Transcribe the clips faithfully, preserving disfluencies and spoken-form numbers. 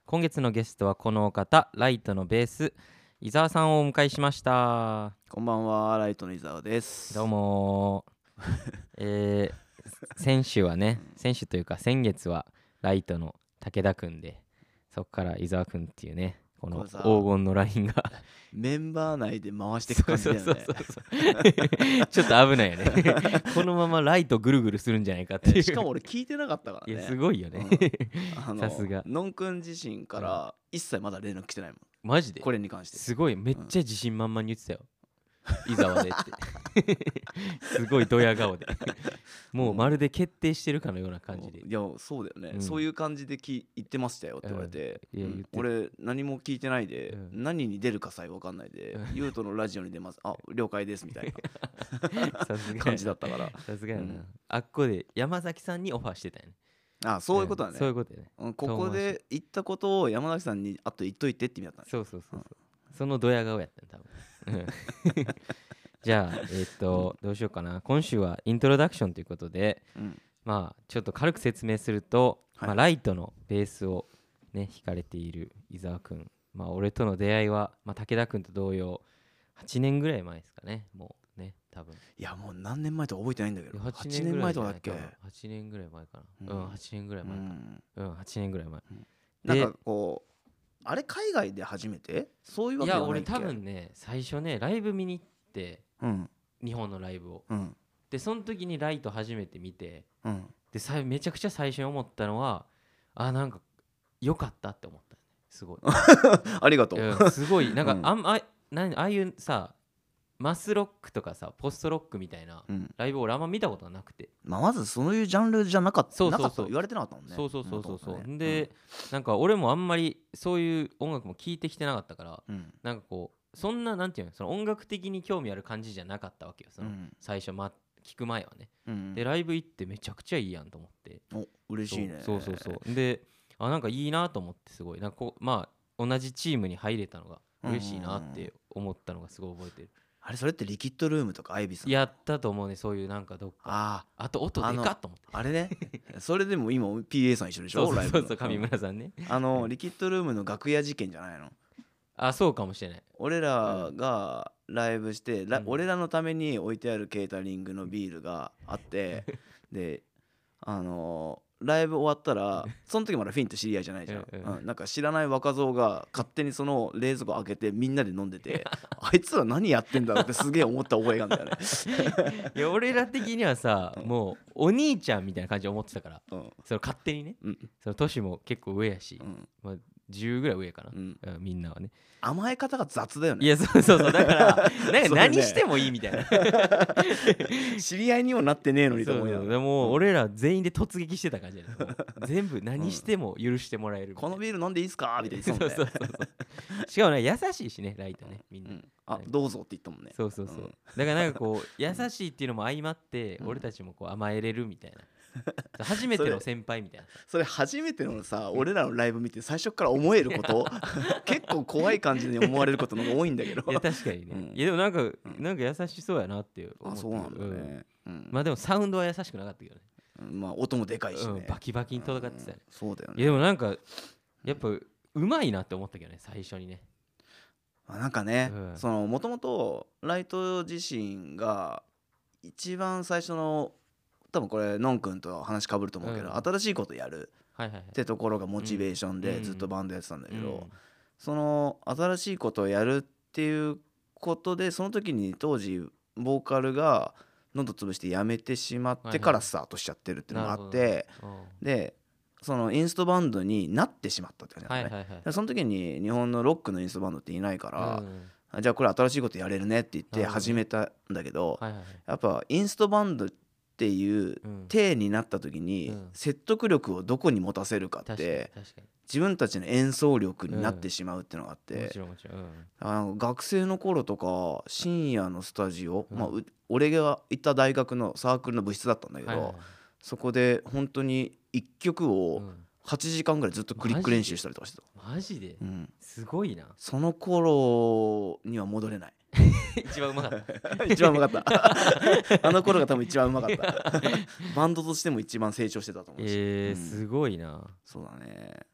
今月のゲストはこのお方、ライトのベース伊沢さんをお迎えしました。 こんばんは、ライトの伊沢です。 どうもえー、先週はね、先週というか先月はライトの武田くんで、そこから伊沢くんっていうね、この黄金のラインがメンバー内で回していく感じだよね。 そうそうそうそうちょっと危ないよねこのままライトぐるぐるするんじゃないかっていう。 しかも俺聞いてなかったからね。 いやすごいよね、うん、さすがのんくん自身から一切まだ連絡来てないもん。 マジでこれに関してすごい、めっちゃ自信満々に言ってたよ、伊沢でってすごいドヤ顔でもうまるで決定してるかのような感じで、 いやそうだよね、 うん、 そういう感じでき言ってましたよって言われて、 うん、 俺何も聞いてないで、 うん、 何に出るかさえ分かんないで、うん、ゆうとのラジオに出ます、あ了解ですみたいなさすが感じだったから、 さすがやな、うん、あっこで山崎さんにオファーしてたよね。 あそういうことだね、 うん、そういうことだね、 うん、ここで言ったことを山崎さんにあと言っといてって意味だったんで。 そうそうそうそう、うん、そのドヤ顔やったね多分じゃあえー、っと、うん、どうしようかな。今週はイントロダクションということで、うん、まあちょっと軽く説明すると、はい、まあ、ライトのベースをね弾かれている伊沢くん、まあ俺との出会いは、まあ、武田くんと同様はちねんぐらい前ですかね。もうね多分いやもう何年前とか覚えてないんだけど、 はちねん前とかだっけ。はちねんぐらい前かな、うん、うん、はちねんぐらい前かな、うん、うん、はちねんぐらい前、うん、 なんかこうあれ海外で初めてそういうわけじゃないっけ。 いや俺多分ね最初ねライブ見に行って、うん、日本のライブを、うん、でその時にライト初めて見て、うん、でさめちゃくちゃ最初に思ったのはあなんか良かったって思ったね。すごいありがとう、 うん、すごいなんか、うん、あんあなああいうさマスロックとかさポストロックみたいなライブを俺あんま見たことがなくて、 まあ、まずそういうジャンルじゃなかった、 そうそうそうなかった言われてなかったもんね。 そうそうそうそうそう、ね、で、うん、なんか俺もあんまりそういう音楽も聴いてきてなかったから、うん、なんかこうそんななんていうのその音楽的に興味ある感じじゃなかったわけよその、うん、最初、ま、聞く前はね、うん、でライブ行ってめちゃくちゃいいやんと思って。 お嬉しいね。 そうそうそうそうであなんかいいなと思ってすごいなんかこうまあ同じチームに入れたのが嬉しいなって思ったのがすごい覚えてる。 あれそれってリキッドルームとかアイビスやったと思うね。そういうなんかどっか あ, あと音でかっと思ってあ, あれねそれでも今 ピーエー さん一緒でしょ。 そうそうそうそう上村さんねあのリキッドルームの楽屋事件じゃないの。 あそうかもしれない。 俺らがライブして、うん、俺らのために置いてあるケータリングのビールがあってであのーライブ終わったらその時まだフィンと知り合いじゃないじゃん、うん、なんか知らない若造が勝手にその冷蔵庫開けてみんなで飲んでてあいつら何やってんだろうってすげえ思った覚えがあるんだよねいや俺ら的にはさ、うん、もうお兄ちゃんみたいな感じで思ってたから、うん、その勝手にね、うん、その年も結構上やし、うんまあ、じゅうぐらい上かな、うんうん、みんなはね甘え方が雑だよね。 いやそうそうそうだからなんか何してもいいみたいな、 ね、知り合いにもなってねえのにと思いながら。 でも俺ら全員で突撃してた感じだよ全部何しても許してもらえる、うん、 このビール飲んでいいっすかみたいなそうそうそうそうしかもね優しいしねライトねみんな、うん、 あどうぞって言ったもんね。 そうそうそう、うん、だからなんかこう優しいっていうのも相まって、うん、俺たちもこう甘えれるみたいな初めての先輩みたいな。 それ初めてのさ俺らのライブ見て最初から思えること結構怖い感じに思われることの方が多いんだけどいや確かにね、うん、いやでもなんか、うん、なんか優しそうやなっていう思って。 あそうなんだね、 うん、まあでもサウンドは優しくなかったけどね、 うん、まあ音もでかいしね、うん、 バキバキに届かってたよね、 うん、そうだよね。 いやでもなんかやっぱうまいなって思ったけどね最初にね。 なんかね、うん、そのもともとライト自身が一番最初の多分これのんくんと話かぶると思うけど、うん、新しいことやるってところがモチベーションでずっとバンドやってたんだけど、うん、その新しいことをやるっていうことでその時に当時ボーカルが喉潰してやめてしまってからスタートしちゃってるっていうのがあって、はいはい、でそのインストバンドになってしまったって感じだね、はいはいはい、その時に日本のロックのインストバンドっていないから、うん、じゃあこれ新しいことやれるねって言って始めたんだけど、はいはいはい、やっぱインストバンドっていう体になった時に説得力をどこに持たせるかって自分たちの演奏力になってしまうっていうのがあって、あの学生の頃とか深夜のスタジオ、まあ俺が行った大学のサークルの部室だったんだけど、そこで本当にいっきょくをはちじかんぐらいずっとクリック練習したりとかしてた。 マジで、うん、すごいな。 その頃には戻れない一番うまかった一番うまかったあの頃が多分一番うまかったバンドとしても一番成長してたと思うし、 えーうん、 すごいな。 そうだね。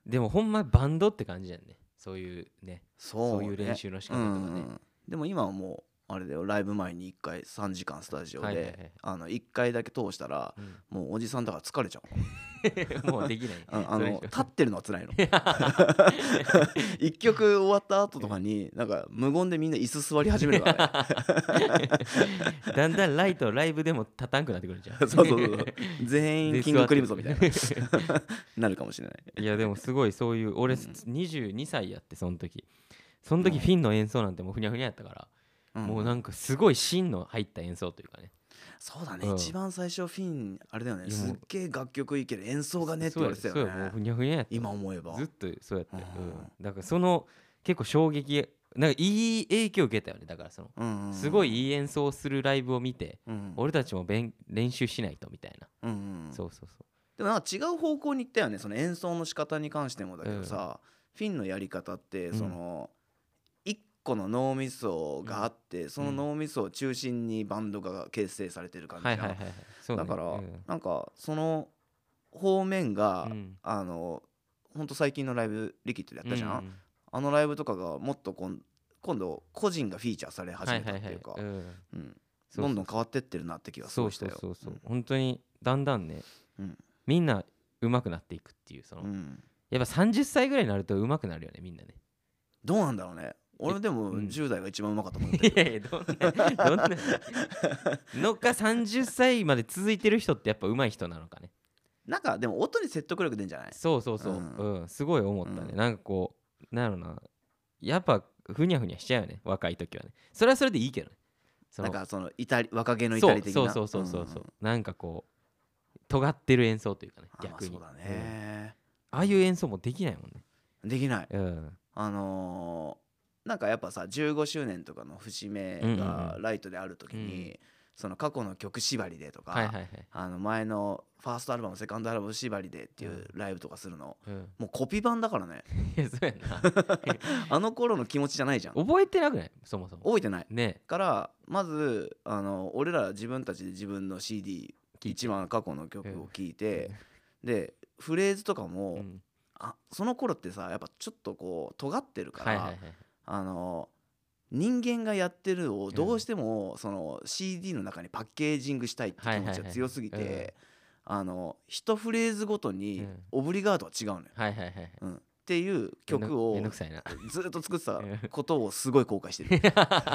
でもほんまバンドって感じやんね、そういうね、 そうね、 そういう練習の仕方とかね、うんうん、 でも今はもうあれだよ、ライブ前にいっかいさんじかんスタジオで、はいはいはい、あのいっかいだけ通したら、うん、もうおじさんだから疲れちゃうもうできないああの立ってるのは辛いの一曲終わった後とかになんか無言でみんな椅子座り始めるからねだんだんライトライブでも立たんくなってくるじゃんそうそうそう全員キングクリムゾンみたいななるかもしれない。 いやでもすごいそういう俺にじゅうにさいやって、その時その時フィンの演奏なんてもうふにゃふにゃやったから、うん、もうなんかすごい芯の入った演奏というかね。 そうだね、うん、一番最初フィンあれだよね、すっげえ楽曲いいけど演奏がねって言われてたよね。 そうやもうふにゃふにゃやった、 今思えばずっとそうやって、うんうん、だからその結構衝撃、なんかいい影響を受けたよね。だからその、うんうん、すごいいい演奏するライブを見て、うん、俺たちも練習しないとみたいな、うんうん、そうそうそう。 でもなんか違う方向に行ったよね、その演奏の仕方に関してもだけどさ、うん、フィンのやり方ってその、うん個の脳みそがあって、うん、その脳みそを中心にバンドが結成されてる感じじゃん、はいはいはいはい、だから、うん、なんかその方面が、うん、あのほんと最近のライブリキッドでやったじゃん、うん、あのライブとかがもっと今今度個人がフィーチャーされ始めたっていうか、どんどん変わってってるなって気がすごいしたよ。 そうそうそうそう、うん、本当にだんだんね、うん、みんな上手くなっていくっていう、その、うん、やっぱさんじゅっさいぐらいになると上手くなるよね、みんなね。 どうなんだろうね。俺でもじゅう代が一番うまかったと思ってる。 いやいや、どんなどんなのかさんじゅっさいまで続いてる人ってやっぱ上手い人なのかね。 なんかでも音に説得力出んじゃない？ そうそうそう、うんうん、すごい思ったね、うん、なんかこうなんやろな、やっぱふにゃふにゃしちゃうよね、若い時はね。それはそれでいいけどね。 そのなんかそのイタリ若気の至り的な、 そうそうそうそうそう、うん、なんかこう尖ってる演奏というかね、逆に。 あ、まあ、そうだね、 うん、ああいう演奏もできないもんね。 できない、うん、あのーなんかやっぱさじゅうごしゅうねんとかの節目がライトである時に、うんうん、その過去の曲縛りでとか、はいはいはい、あの前のファーストアルバムセカンドアルバム縛りでっていうライブとかするの、うん、もうコピー版だからね。 いやそうやんなあの頃の気持ちじゃないじゃん。 覚えてなくない？そもそも覚えてない、 ね、 からまずあの俺ら自分たちで自分の シーディー 一番過去の曲を聴いて、うん、でフレーズとかも、うん、あその頃ってさやっぱちょっとこう尖ってるから、はいはいはい、あの人間がやってるをどうしてもその シーディー の中にパッケージングしたいって気持ちが強すぎて、あの一フレーズごとにオブリガードは違うのよ、はいはいはい、うん、っていう曲をずっと作ってたことをすごい後悔してる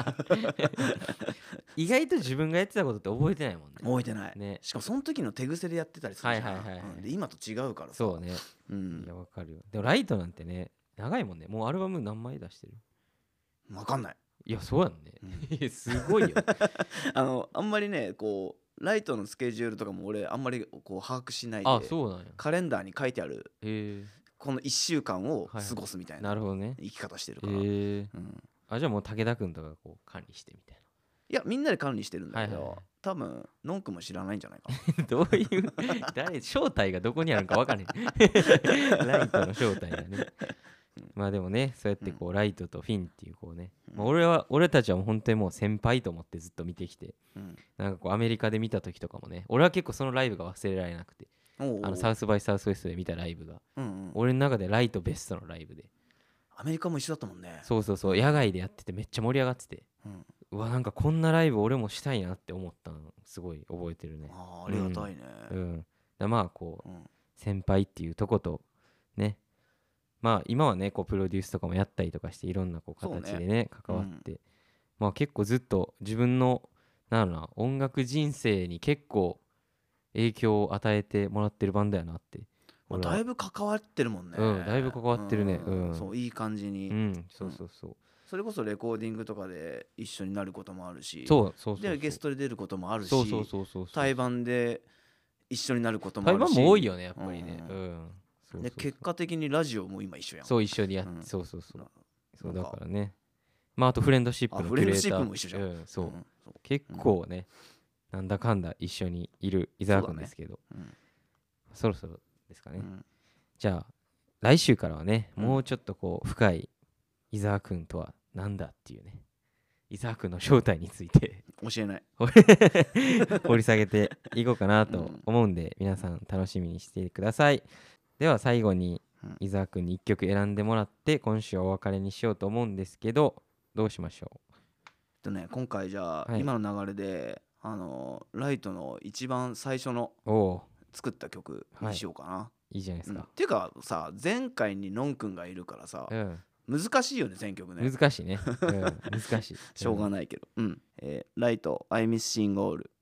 意外と自分がやってたことって覚えてないもんね。 覚えてない、ね、しかもその時の手癖でやってたりするじゃん、はいはいはいはい、うん、で今と違うからさ。 そうね、うん、いやわかるよ。でもライトなんてね長いもんね。もうアルバム何枚出してる？ 分かんない。 いやそうやんね、うん、すごいよあのあんまりねこうライトのスケジュールとかも俺あんまりこう把握しないで、 あ、そうなんや、 カレンダーに書いてあるこのいっしゅうかんを過ごすみたいな生き方してるから、はいはい、うん、 あじゃあもう武田くんとかこう管理してみたいな。 いやみんなで管理してるんだけど、はいはいはい、多分ノンくんも知らないんじゃないかなどういう誰正体がどこにあるのか分かんないライトの正体がねまあでもねそうやってこうライトとフィンっていうこうね、まあ、俺は俺たちは本当にもう先輩と思ってずっと見てきて、うん、なんかこうアメリカで見た時とかもね、俺は結構そのライブが忘れられなくて、おうおうあのサウスバイサウスウェストで見たライブが、うんうん、俺の中でライトベストのライブで、 アメリカも一緒だったもんね。 そうそうそう、野外でやっててめっちゃ盛り上がってて、うん、うわなんかこんなライブ俺もしたいなって思ったのすごい覚えてるね。 あありがたいね、 うんうん、だまあこう、うん、先輩っていうとことね、まあ今はねこうプロデュースとかもやったりとかしていろんなこう形でね、ね関わって、うん、まあ結構ずっと自分のなんだろうな音楽人生に結構影響を与えてもらってるバンドやなって、 まあ、だいぶ関わってるもんね。 うんだいぶ関わってるね、 うんうん、そういい感じに、 うん、そうそうそう、うん、 それこそレコーディングとかで一緒になることもあるし、 そうそうそうそう、 でゲストで出ることもあるし、 そうそうそうそう、 対バンで一緒になることもあるし、 対バンも多いよねやっぱりね、うん、うん、そうそうそう、 で結果的にラジオも今一緒やん。 そう一緒にやって、うん、そうそうそうそうだからね、まああとフレンドシップのキュレーター、フレンドシップも一緒じゃん、うん、 そう、うん、結構ね、うん、なんだかんだ一緒にいる伊沢君ですけど、 そ,、ね、うん、そろそろですかね、うん、じゃあ来週からはね、うん、もうちょっとこう深い伊沢君とはなんだっていうね、伊沢君の正体について教えない掘り下げていこうかなと思うんで、うん、皆さん楽しみにしてください。では最後にうん、伊沢くんにいっきょく選んでもらって今週はお別れにしようと思うんですけど、どうしましょう。 とね、今回じゃあ、はい、今の流れであのライトの一番最初の作った曲にしようかな、はい、いいじゃないですか、うん、 っていうかさ、前回にのんくんがいるからさ、うん、難しいよね選曲ね。 難しいね、うん、難しいしょうがないけど、うん、えー、ライト I miss seeing all